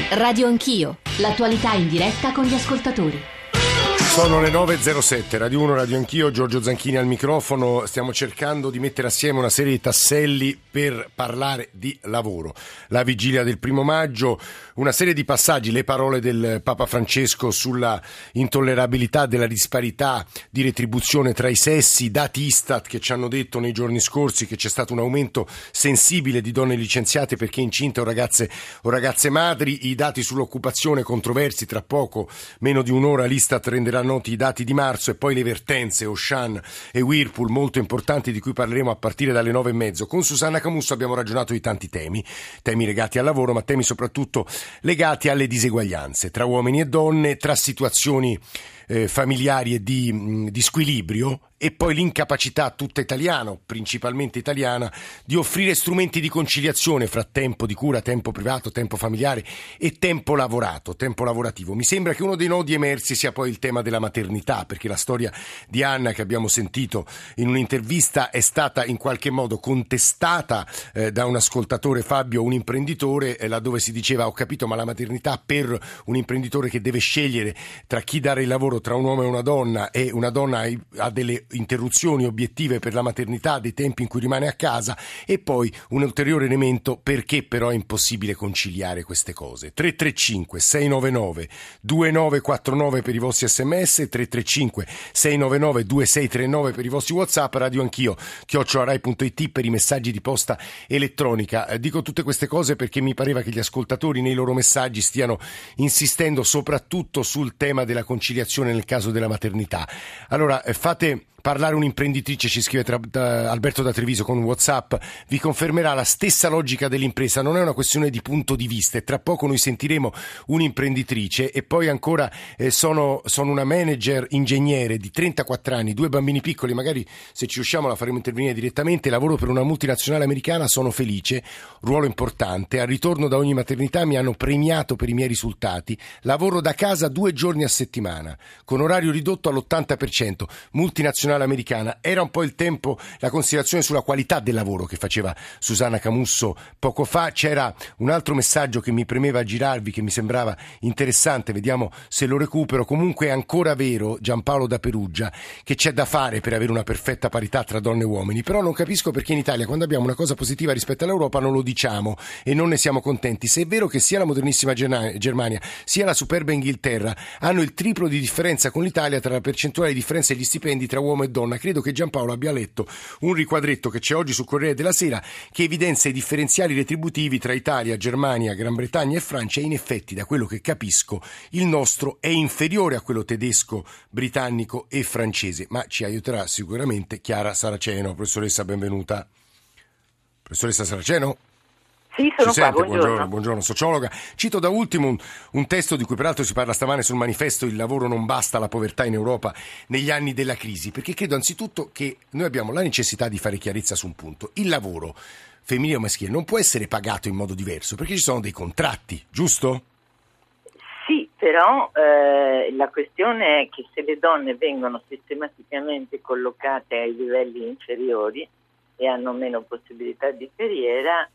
Radio Anch'io, l'attualità in diretta con gli ascoltatori. Sono le 9.07, Radio 1, Radio Anch'io, Giorgio Zanchini al microfono. Stiamo cercando di mettere assieme una serie di tasselli per parlare di lavoro. La vigilia del 1° maggio, una serie di passaggi, le parole del Papa Francesco sulla intollerabilità della disparità di retribuzione tra i sessi, dati Istat che ci hanno detto nei giorni scorsi che c'è stato un aumento sensibile di donne licenziate perché incinte o ragazze madri, i dati sull'occupazione controversi, tra poco, meno di un'ora l'Istat renderà noti i dati di marzo, e poi le vertenze Auchan e Whirlpool molto importanti di cui parleremo a partire dalle 9:30. Con Susanna Camusso abbiamo ragionato di tanti temi legati al lavoro, ma temi soprattutto legati alle diseguaglianze tra uomini e donne, tra situazioni familiari e di squilibrio, e poi l'incapacità tutta italiana, principalmente italiana, di offrire strumenti di conciliazione fra tempo di cura, tempo privato, tempo familiare e tempo lavorativo. Mi sembra che uno dei nodi emersi sia poi il tema della maternità, perché la storia di Anna che abbiamo sentito in un'intervista è stata in qualche modo contestata da un ascoltatore, Fabio, un imprenditore, laddove si diceva: ho capito, ma la maternità per un imprenditore che deve scegliere tra chi dare il lavoro tra un uomo e una donna ha delle interruzioni obiettive per la maternità, dei tempi in cui rimane a casa, e poi un ulteriore elemento perché però è impossibile conciliare queste cose. 335 699 2949 per i vostri sms, 335 699 2639 per i vostri WhatsApp, Radio Anch'io @rai.it per i messaggi di posta elettronica. Dico tutte queste cose perché mi pareva che gli ascoltatori nei loro messaggi stiano insistendo soprattutto sul tema della conciliazione nel caso della maternità. Allora, fate parlare un'imprenditrice, ci scrive Alberto da Treviso con WhatsApp, vi confermerà la stessa logica dell'impresa, non è una questione di punto di vista, e tra poco noi sentiremo un'imprenditrice. E poi ancora sono una manager ingegnere di 34 anni, 2 bambini piccoli, magari se ci riusciamo la faremo intervenire direttamente, lavoro per una multinazionale americana, sono felice, ruolo importante, al ritorno da ogni maternità mi hanno premiato per i miei risultati, lavoro da casa 2 giorni a settimana, con orario ridotto all'80%, multinazionale americana. Era un po' il tempo, la considerazione sulla qualità del lavoro che faceva Susanna Camusso poco fa. C'era un altro messaggio che mi premeva girarvi, che mi sembrava interessante, vediamo se lo recupero. Comunque è ancora vero, Giampaolo da Perugia, che c'è da fare per avere una perfetta parità tra donne e uomini, però non capisco perché in Italia, quando abbiamo una cosa positiva rispetto all'Europa, non lo diciamo e non ne siamo contenti. Se è vero che sia la modernissima Germania sia la superba Inghilterra hanno il triplo di differenza con l'Italia tra la percentuale di differenza degli stipendi tra uomo e donna, credo che Giampaolo abbia letto un riquadretto che c'è oggi sul Corriere della Sera che evidenzia i differenziali retributivi tra Italia, Germania, Gran Bretagna e Francia, e in effetti, da quello che capisco, il nostro è inferiore a quello tedesco, britannico e francese, ma ci aiuterà sicuramente Chiara Saraceno. Professoressa, benvenuta. Professoressa Saraceno? Sì, sono ci qua, sente? Buongiorno, sociologa. Cito da ultimo un testo di cui peraltro si parla stamane sul manifesto: il lavoro non basta, la povertà in Europa negli anni della crisi, perché credo anzitutto che noi abbiamo la necessità di fare chiarezza su un punto: il lavoro femminile o maschile non può essere pagato in modo diverso perché ci sono dei contratti, giusto? Sì, però la questione è che se le donne vengono sistematicamente collocate ai livelli inferiori e hanno meno possibilità di carriera,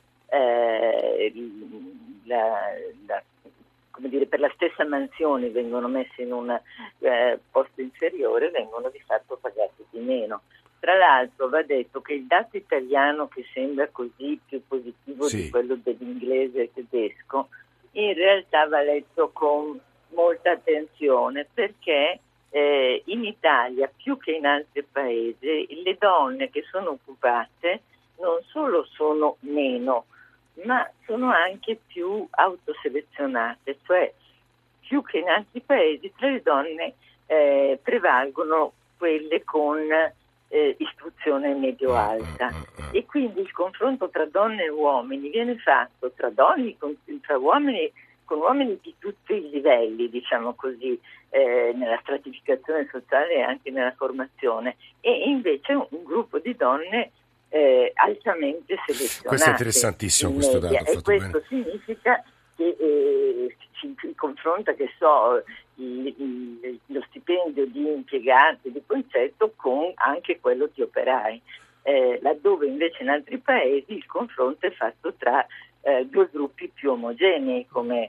come dire, per la stessa mansione vengono messe in un posto inferiore, vengono di fatto pagate di meno. Tra l'altro va detto che il dato italiano, che sembra così più positivo di quello dell'inglese e tedesco, in realtà va letto con molta attenzione, perché in Italia, più che in altri paesi, le donne che sono occupate non solo sono meno, ma sono anche più autoselezionate, cioè più che in altri paesi tra le donne prevalgono quelle con istruzione medio-alta, e quindi il confronto tra donne e uomini viene fatto tra uomini con uomini di tutti i livelli, diciamo così, nella stratificazione sociale e anche nella formazione, e invece un gruppo di donne altamente selezionate. Questo è interessantissimo, questo dato. E questo significa che si confronta, che so, lo stipendio di impiegati di concetto con anche quello di operai, laddove invece in altri paesi il confronto è fatto tra due gruppi più omogenei come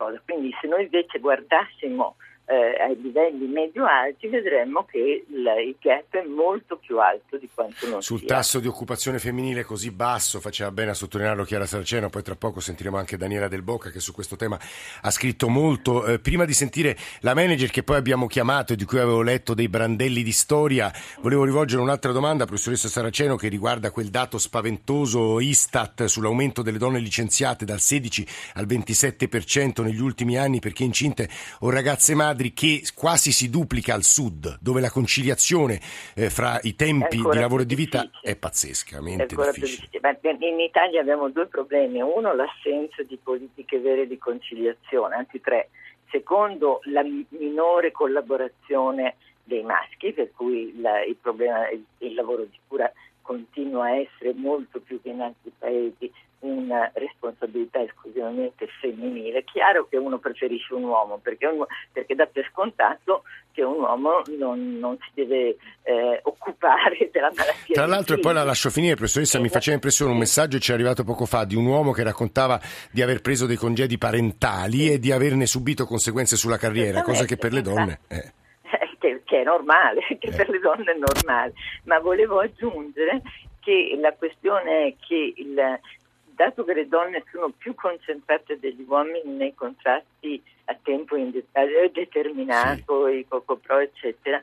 cosa. Quindi se noi invece guardassimo ai livelli medio-alti vedremmo che il gap è molto più alto di quanto non sul sia. tasso di occupazione femminile così basso, faceva bene a sottolinearlo Chiara Saraceno, poi tra poco sentiremo anche Daniela Del Bocca che su questo tema ha scritto molto. Prima di sentire la manager che poi abbiamo chiamato e di cui avevo letto dei brandelli di storia, volevo rivolgere un'altra domanda, professoressa Saraceno, che riguarda quel dato spaventoso Istat sull'aumento delle donne licenziate dal 16 al 27% negli ultimi anni perché incinte o ragazze madri, che quasi si duplica al sud, dove la conciliazione fra i tempi di lavoro e di vita è pazzescamente difficile. In Italia abbiamo due problemi: uno, l'assenza di politiche vere di conciliazione, anzi tre. Secondo, la minore collaborazione dei maschi, per cui il problema, il lavoro di cura continua a essere molto più che in altri paesi una responsabilità esclusivamente femminile. Chiaro che uno preferisce un uomo perché dà per scontato che un uomo non si deve occupare della malattia. Tra l'altro, e poi la lascio finire, professoressa, mi faceva impressione un messaggio che ci è arrivato poco fa di un uomo che raccontava di aver preso dei congedi parentali e di averne subito conseguenze sulla carriera, cosa che per le donne che è normale, che per le donne è normale. Ma volevo aggiungere che la questione è che dato che le donne sono più concentrate degli uomini nei contratti a tempo determinato, i co-pro eccetera,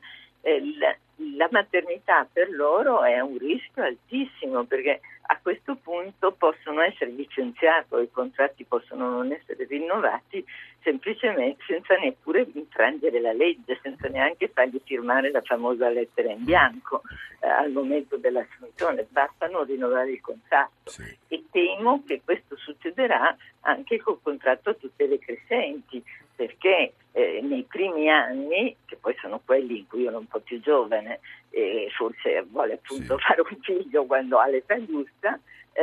la maternità per loro è un rischio altissimo, perché a questo punto possono essere licenziati o i contratti possono non essere rinnovati semplicemente senza neppure infrangere la legge, senza neanche fargli firmare la famosa lettera in bianco al momento dell'assunzione, basta non rinnovare il contratto. Sì. E temo che questo succederà anche col contratto a tutele crescenti, perché nei primi anni, che poi sono quelli in cui io ero un po' più giovane e forse vuole appunto fare un figlio quando ha l'età giusta,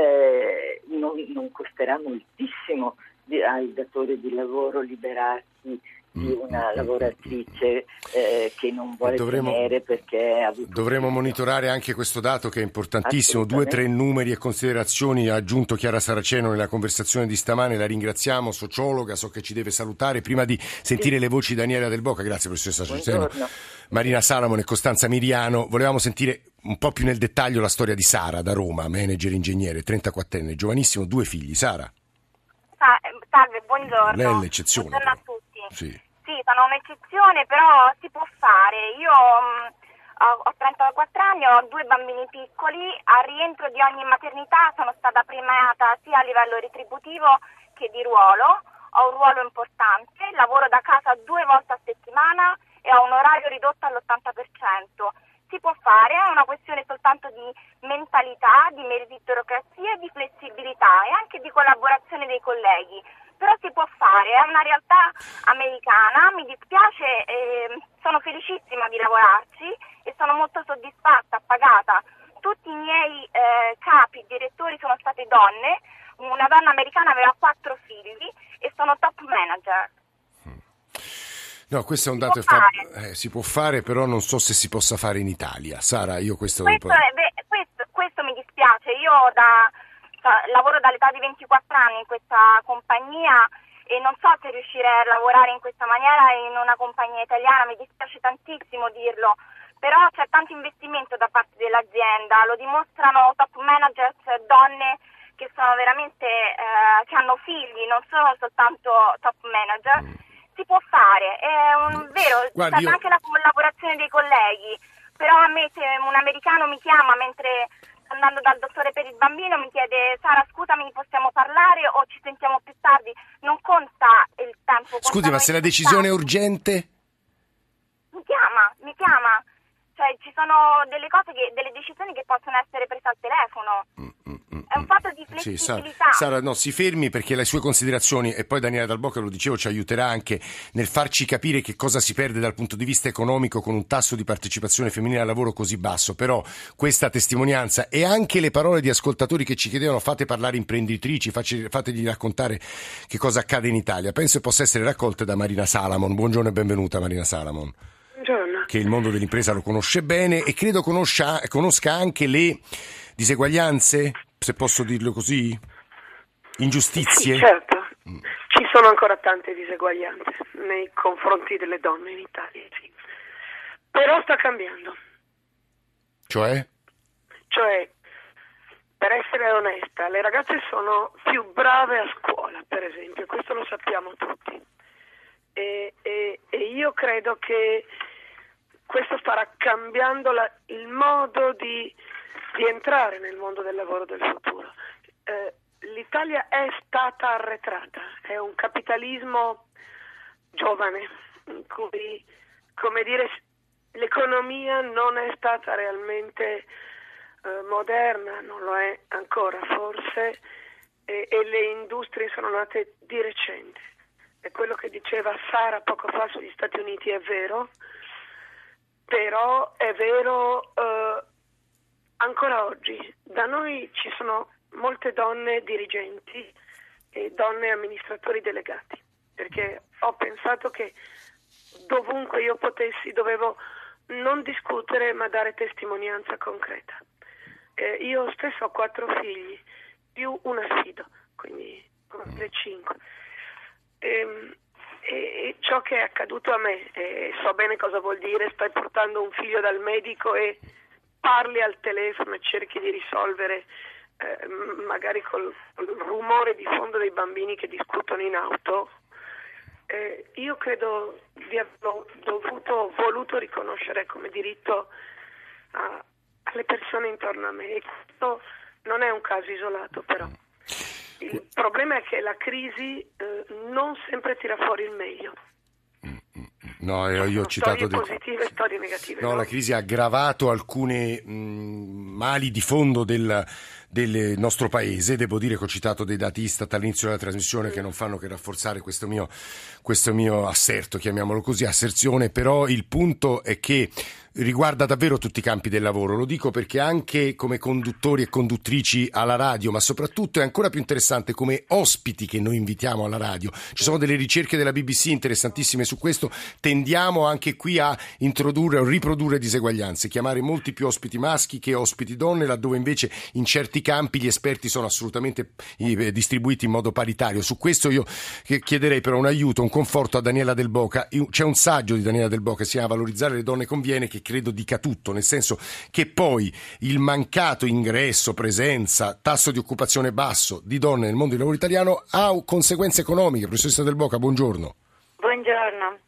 non costerà moltissimo al datore di lavoro liberarsi di una lavoratrice che non vuole tenere perché ha avuto. Dovremo monitorare anche questo dato che è importantissimo. 2 o 3 numeri e considerazioni ha aggiunto Chiara Saraceno nella conversazione di stamane. La ringraziamo, sociologa, so che ci deve salutare. Prima di sentire le voci di Daniela Del Bocca, grazie professoressa Saraceno, Marina Salamon e Costanza Miriano, volevamo sentire un po' più nel dettaglio la storia di Sara da Roma, manager ingegnere, 34enne, giovanissimo, 2 figli. Sara. Salve, buongiorno. Lei è l'eccezione. Buongiorno a tutti. Sì, sono un'eccezione, però si può fare. Io ho 34 anni, ho 2 bambini piccoli, al rientro di ogni maternità sono stata premiata sia a livello retributivo che di ruolo. Ho un ruolo importante, lavoro da casa 2 volte a settimana e ho un orario ridotto all'80%. Si può fare, è una questione soltanto di mentalità, di meritocrazia e di flessibilità e anche di collaborazione dei colleghi. Però si può fare, è una realtà americana, mi dispiace, sono felicissima di lavorarci e sono molto soddisfatta, pagata. Tutti i miei capi, direttori sono state donne, una donna americana aveva 4 figli e sono top manager. No, questo è un dato si può fare, però non so se si possa fare in Italia. Sara, io questo mi dispiace. Io lavoro dall'età di 24 anni in questa compagnia e non so se riuscirei a lavorare in questa maniera in una compagnia italiana, mi dispiace tantissimo dirlo, però c'è tanto investimento da parte dell'azienda, lo dimostrano top managers, donne che sono veramente che hanno figli, non sono soltanto top manager. Si può fare, è vero, Guardi, c'è anche la collaborazione dei colleghi, però a me se un americano mi chiama mentre andando dal dottore per il bambino mi chiede: Sara, scusami, possiamo parlare o ci sentiamo più tardi? Non conta il tempo. Scusi, ma se la decisione è urgente? Mi chiama. Cioè ci sono delle cose delle decisioni che possono essere prese al telefono. È un fatto di flessibilità. Sì, Sara, no, si fermi, perché le sue considerazioni, e poi Daniela Del Bocca, lo dicevo, ci aiuterà anche nel farci capire che cosa si perde dal punto di vista economico con un tasso di partecipazione femminile al lavoro così basso. Però questa testimonianza e anche le parole di ascoltatori che ci chiedevano: fate parlare imprenditrici, fategli raccontare che cosa accade in Italia, penso possa essere raccolte da Marina Salamon. Buongiorno e benvenuta Marina Salamon. Buongiorno. Che il mondo dell'impresa lo conosce bene e credo conosca anche le diseguaglianze, se posso dirlo così, ingiustizie. Sì, ci sono ancora tante diseguaglianze nei confronti delle donne in Italia, sì. Però sta cambiando. Cioè, per essere onesta, le ragazze sono più brave a scuola, per esempio, questo lo sappiamo tutti. E io credo che questo starà cambiando il modo di entrare nel mondo del lavoro del futuro. L'Italia è stata arretrata, è un capitalismo giovane, in cui, come dire, l'economia non è stata realmente moderna, non lo è ancora forse, e le industrie sono nate di recente. E quello che diceva Sara poco fa sugli Stati Uniti è vero, però è vero ancora oggi. Da noi ci sono molte donne dirigenti e donne amministratori delegati, perché ho pensato che dovunque io potessi dovevo non discutere ma dare testimonianza concreta. Io stesso ho 4 figli più un affido, quindi 5. E ciò che è accaduto a me, so bene cosa vuol dire, stai portando un figlio dal medico e parli al telefono e cerchi di risolvere magari col rumore di fondo dei bambini che discutono in auto. Io credo di averlo voluto riconoscere come diritto alle persone intorno a me, e questo non è un caso isolato, però. Il problema è che la crisi non sempre tira fuori il meglio. No, io ho citato storie positive e storie negative. No, la crisi ha aggravato alcune mali di fondo del nostro paese. Devo dire che ho citato dei dati Istat all'inizio della trasmissione che non fanno che rafforzare questo mio asserto, chiamiamolo così, asserzione, però il punto è che riguarda davvero tutti i campi del lavoro. Lo dico perché anche come conduttori e conduttrici alla radio, ma soprattutto è ancora più interessante come ospiti che noi invitiamo alla radio. Ci sono delle ricerche della BBC interessantissime su questo. Tendiamo anche qui a introdurre o riprodurre diseguaglianze, chiamare molti più ospiti maschi che ospiti donne, laddove invece in certi campi gli esperti sono assolutamente distribuiti in modo paritario. Su questo io chiederei però un aiuto, un conforto a Daniela Del Boca. C'è un saggio di Daniela Del Boca che si chiama Valorizzare le donne conviene, che credo dica tutto, nel senso che poi il mancato ingresso, presenza, tasso di occupazione basso di donne nel mondo del lavoro italiano ha conseguenze economiche. Professoressa Del Boca, buongiorno. Buongiorno.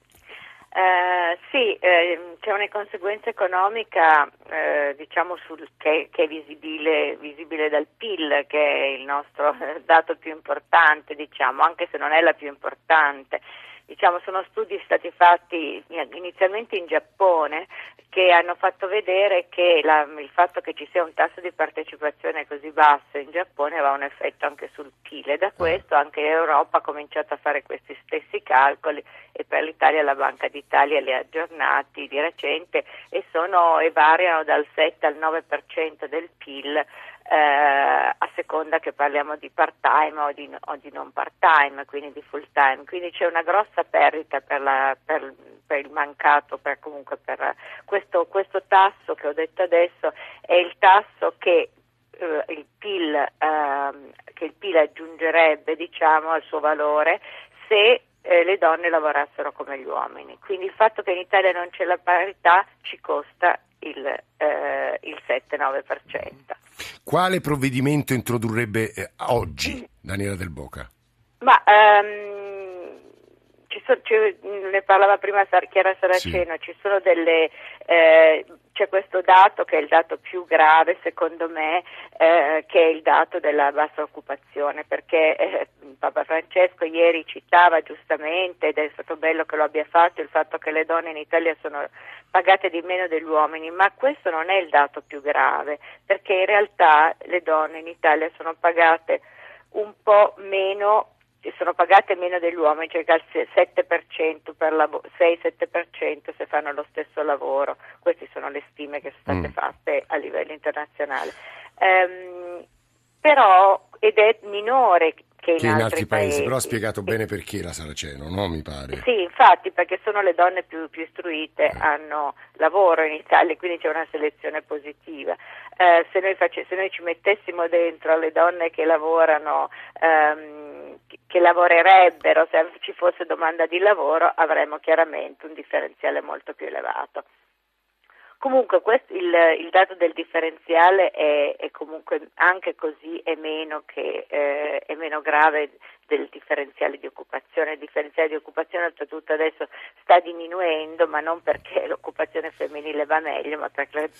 C'è una conseguenza economica diciamo che è visibile dal PIL, che è il nostro dato più importante, diciamo, anche se non è la più importante. Diciamo, sono studi stati fatti inizialmente in Giappone che hanno fatto vedere che il fatto che ci sia un tasso di partecipazione così basso in Giappone aveva un effetto anche sul PIL, e da questo anche l'Europa ha cominciato a fare questi stessi calcoli, e per l'Italia la Banca d'Italia li ha aggiornati di recente e variano dal 7 al 9% del PIL a seconda che parliamo di part-time o di non part-time, quindi di full-time. Quindi c'è una grossa perdita per il mancato, per questo tasso che ho detto adesso, è il tasso che il PIL aggiungerebbe, diciamo, al suo valore se le donne lavorassero come gli uomini. Quindi il fatto che in Italia non c'è la parità ci costa il 7-9%. Quale provvedimento introdurrebbe oggi Daniela Del Boca? Ma ne parlava prima Chiara Saraceno, sì. Ci sono c'è questo dato che è il dato più grave secondo me, che è il dato della bassa occupazione, perché Papa Francesco ieri citava giustamente, ed è stato bello che lo abbia fatto, il fatto che le donne in Italia sono pagate di meno degli uomini, ma questo non è il dato più grave, perché in realtà le donne in Italia sono pagate un po' meno, sono pagate meno degli uomini, circa il 7% per 6-7% se fanno lo stesso lavoro. Queste sono le stime che sono state fatte a livello internazionale. Però, ed è minore che in altri paesi. Però ha spiegato bene perché la Saraceno, no? Mi pare. Sì, infatti, perché sono le donne più istruite, hanno lavoro in Italia, quindi c'è una selezione positiva. Se noi ci mettessimo dentro le donne che lavorano che lavorerebbero, se ci fosse domanda di lavoro, avremmo chiaramente un differenziale molto più elevato. Comunque il dato del differenziale è comunque anche così è meno grave del differenziale di occupazione. Il differenziale di occupazione oltretutto adesso sta diminuendo, ma non perché l'occupazione femminile va meglio, ma perché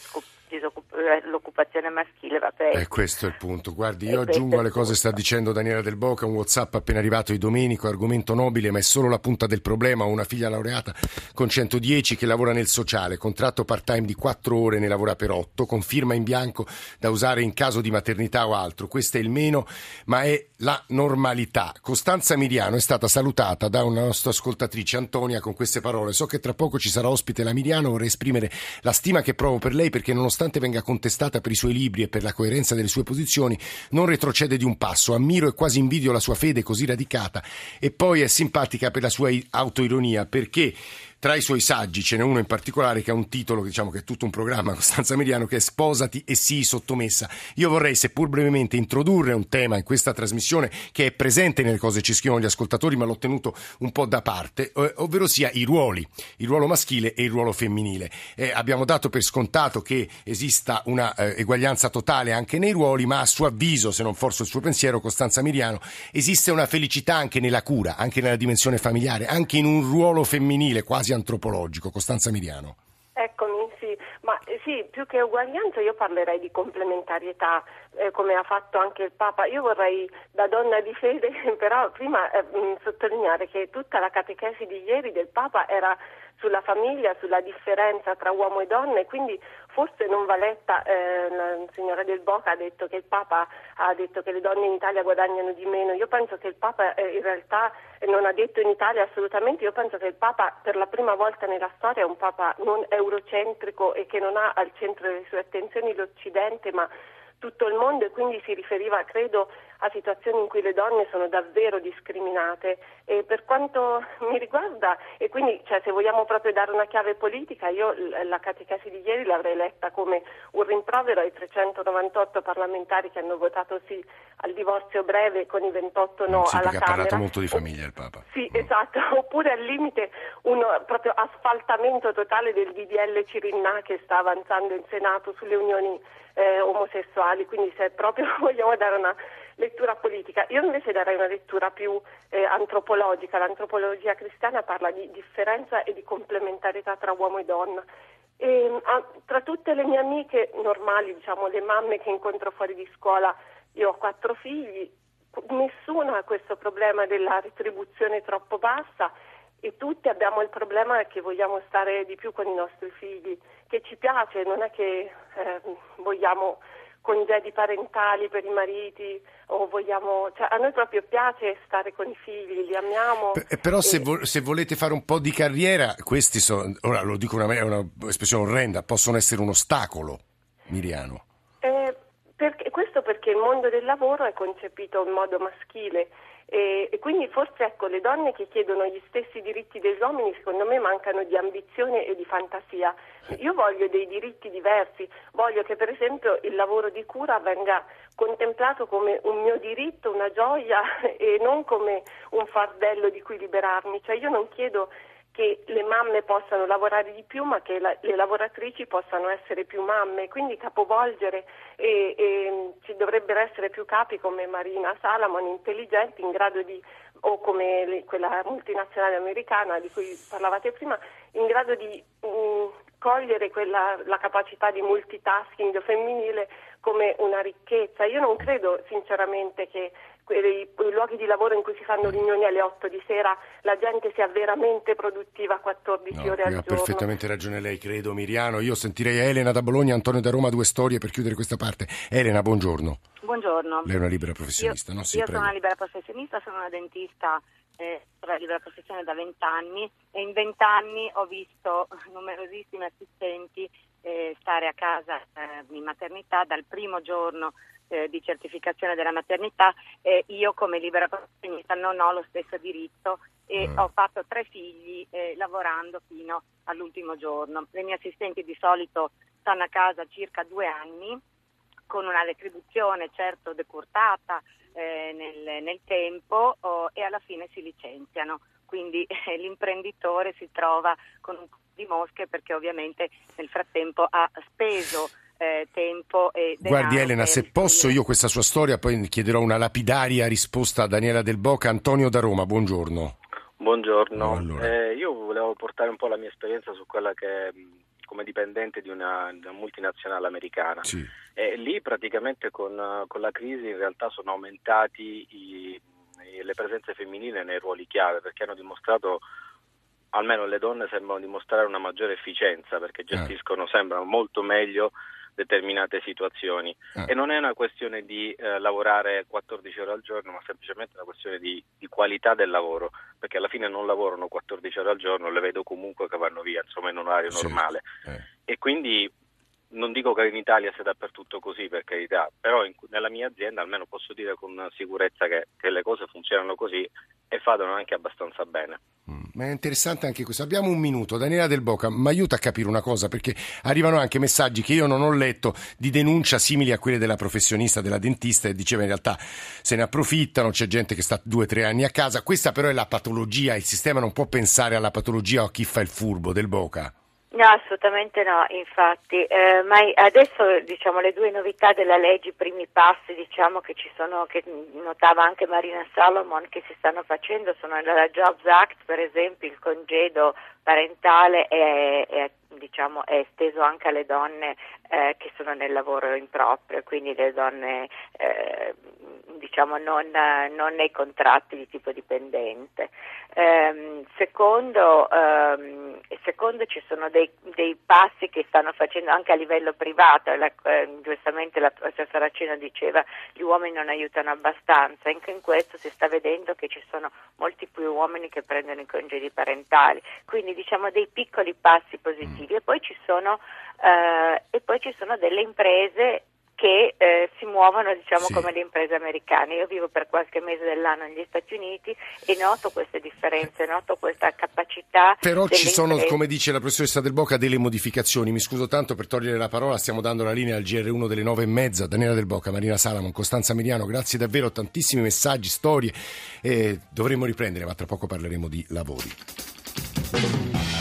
l'occupazione maschile va peggio. Questo è il punto. Guardi, io aggiungo alle cose che sta dicendo Daniela Del Boca, un WhatsApp appena arrivato di Domenico, argomento nobile, ma è solo la punta del problema. Ho una figlia laureata con 110 che lavora nel sociale, contratto part-time di 4 ore, ne lavora per 8, con firma in bianco da usare in caso di maternità o altro. Questo è il meno, ma è la normalità. Costanza Miriano è stata salutata da una nostra ascoltatrice, Antonia, con queste parole: so che tra poco ci sarà ospite la Miriano, vorrei esprimere la stima che provo per lei perché nonostante venga contestata per i suoi libri e per la coerenza delle sue posizioni, non retrocede di un passo. Ammiro e quasi invidio la sua fede così radicata, e poi è simpatica per la sua autoironia, perché tra i suoi saggi ce n'è uno in particolare che ha un titolo, diciamo che è tutto un programma, Costanza Miriano, che è Sposati e sii sottomessa. Io vorrei, seppur brevemente, introdurre un tema in questa trasmissione che è presente nelle cose che ci scrivono gli ascoltatori, ma l'ho tenuto un po' da parte, ovvero sia i ruoli, il ruolo maschile e il ruolo femminile. Abbiamo dato per scontato che esista una eguaglianza totale anche nei ruoli, ma a suo avviso, se non forse il suo pensiero, Costanza Miriano, esiste una felicità anche nella cura, anche nella dimensione familiare, anche in un ruolo femminile quasi antropologico. Costanza Miriano. Eccomi, sì, ma sì, più che uguaglianza io parlerei di complementarietà, come ha fatto anche il Papa. Io vorrei, da donna di fede, però prima sottolineare che tutta la catechesi di ieri del Papa era sulla famiglia, sulla differenza tra uomo e donna, e quindi forse non va letta. La signora Del Boca ha detto che il Papa ha detto che le donne in Italia guadagnano di meno. Io penso che il Papa in realtà non ha detto in Italia assolutamente. Io penso che il Papa per la prima volta nella storia è un Papa non eurocentrico e che non ha al centro delle sue attenzioni l'Occidente, ma tutto il mondo, e quindi si riferiva, credo, a situazioni in cui le donne sono davvero discriminate. E per quanto mi riguarda, e quindi se vogliamo proprio dare una chiave politica, io la catechesi di ieri l'avrei letta come un rimprovero ai 398 parlamentari che hanno votato sì al divorzio breve con i 28 no sì, alla Camera. Ha parlato molto di famiglia il Papa. Sì, esatto, oppure al limite un proprio asfaltamento totale del DDL Cirinna che sta avanzando in Senato sulle unioni omosessuali. Quindi se proprio vogliamo dare una lettura politica, io invece darei una lettura più antropologica. L'antropologia cristiana parla di differenza e di complementarietà tra uomo e donna. Tra tutte le mie amiche normali, diciamo le mamme che incontro fuori di scuola, io ho 4 figli, nessuna ha questo problema della retribuzione troppo bassa, e tutti abbiamo il problema che vogliamo stare di più con i nostri figli, che ci piace, non è che vogliamo congedi parentali per i mariti o vogliamo, a noi proprio piace stare con i figli, li amiamo. Però se volete fare un po' di carriera, questi sono, ora lo dico, è una espressione orrenda, possono essere un ostacolo, Miriano. Questo perché il mondo del lavoro è concepito in modo maschile. E quindi forse le donne che chiedono gli stessi diritti degli uomini secondo me mancano di ambizione e di fantasia. Io voglio dei diritti diversi, voglio che per esempio il lavoro di cura venga contemplato come un mio diritto, una gioia e non come un fardello di cui liberarmi. Io non chiedo che le mamme possano lavorare di più, ma che le lavoratrici possano essere più mamme, quindi capovolgere, e ci dovrebbero essere più capi come Marina Salamon, intelligenti, in grado di, o come quella multinazionale americana di cui parlavate prima, in grado di cogliere la capacità di multitasking femminile come una ricchezza. Io non credo sinceramente che i luoghi di lavoro in cui si fanno riunioni alle 8 di sera la gente sia veramente produttiva 14 ore al giorno. Ha perfettamente ragione lei, credo, Miriano. Io sentirei Elena da Bologna, Antonio da Roma, 2 storie per chiudere questa parte. Elena, buongiorno. Buongiorno. Lei è una libera professionista, no? Sì, io prego. sono una libera professionista, sono una dentista la libera professione da 20 anni, e in 20 anni ho visto numerosissimi assistenti stare a casa in maternità dal primo giorno di certificazione della maternità. Io come libera professionista non ho lo stesso diritto e ho fatto 3 figli lavorando fino all'ultimo giorno. Le mie assistenti di solito stanno a casa circa 2 anni con una retribuzione certo decurtata nel tempo e alla fine si licenziano. Quindi l'imprenditore si trova con un po' di mosche perché ovviamente nel frattempo ha speso tempo e denaro. Guardi Elena, se posso io questa sua storia, poi chiederò una lapidaria risposta a Daniela Del Boca. Antonio da Roma, buongiorno. Buongiorno, allora. Io volevo portare un po' la mia esperienza su quella che come dipendente di una multinazionale americana. Sì. E lì praticamente con la crisi in realtà sono aumentati le presenze femminili nei ruoli chiave, perché hanno dimostrato, almeno le donne sembrano dimostrare una maggiore efficienza, perché gestiscono, sembrano molto meglio determinate situazioni. E non è una questione di lavorare 14 ore al giorno, ma semplicemente una questione di qualità del lavoro, perché alla fine non lavorano 14 ore al giorno, le vedo comunque che vanno via, insomma, in un orario normale. E quindi non dico che in Italia sia dappertutto così, per carità, però nella mia azienda almeno posso dire con sicurezza che le cose funzionano così e vadano anche abbastanza bene. Ma è interessante anche questo. Abbiamo un minuto. Daniela Del Boca, mi aiuta a capire una cosa, perché arrivano anche messaggi che io non ho letto di denuncia simili a quelle della professionista, della dentista, e diceva in realtà se ne approfittano, c'è gente che sta 2-3 anni a casa. Questa però è la patologia, il sistema non può pensare alla patologia o a chi fa il furbo. Del Boca. No, assolutamente no, infatti, ma adesso diciamo le due novità della legge, i primi passi diciamo che ci sono, che notava anche Marina Salomon, che si stanno facendo, sono nella Jobs Act, per esempio il congedo parentale è esteso anche alle donne che sono nel lavoro improprio, quindi le donne non nei contratti di tipo dipendente. Secondo ci sono dei passi che stanno facendo anche a livello privato, giustamente la professoressa Saraceno diceva gli uomini non aiutano abbastanza, anche in questo si sta vedendo che ci sono molti più uomini che prendono i congedi parentali, quindi diciamo dei piccoli passi positivi e poi ci sono delle imprese che si muovono come le imprese americane. Io vivo per qualche mese dell'anno negli Stati Uniti e noto queste differenze, noto questa capacità. Però ci sono, come dice la professoressa Del Boca, delle modificazioni. Mi scuso tanto per togliere la parola, stiamo dando la linea al GR1 delle 9:30. Daniela Del Boca, Marina Salomon, Costanza Miriano, grazie davvero, tantissimi messaggi, storie. Dovremmo riprendere, ma tra poco parleremo di lavori.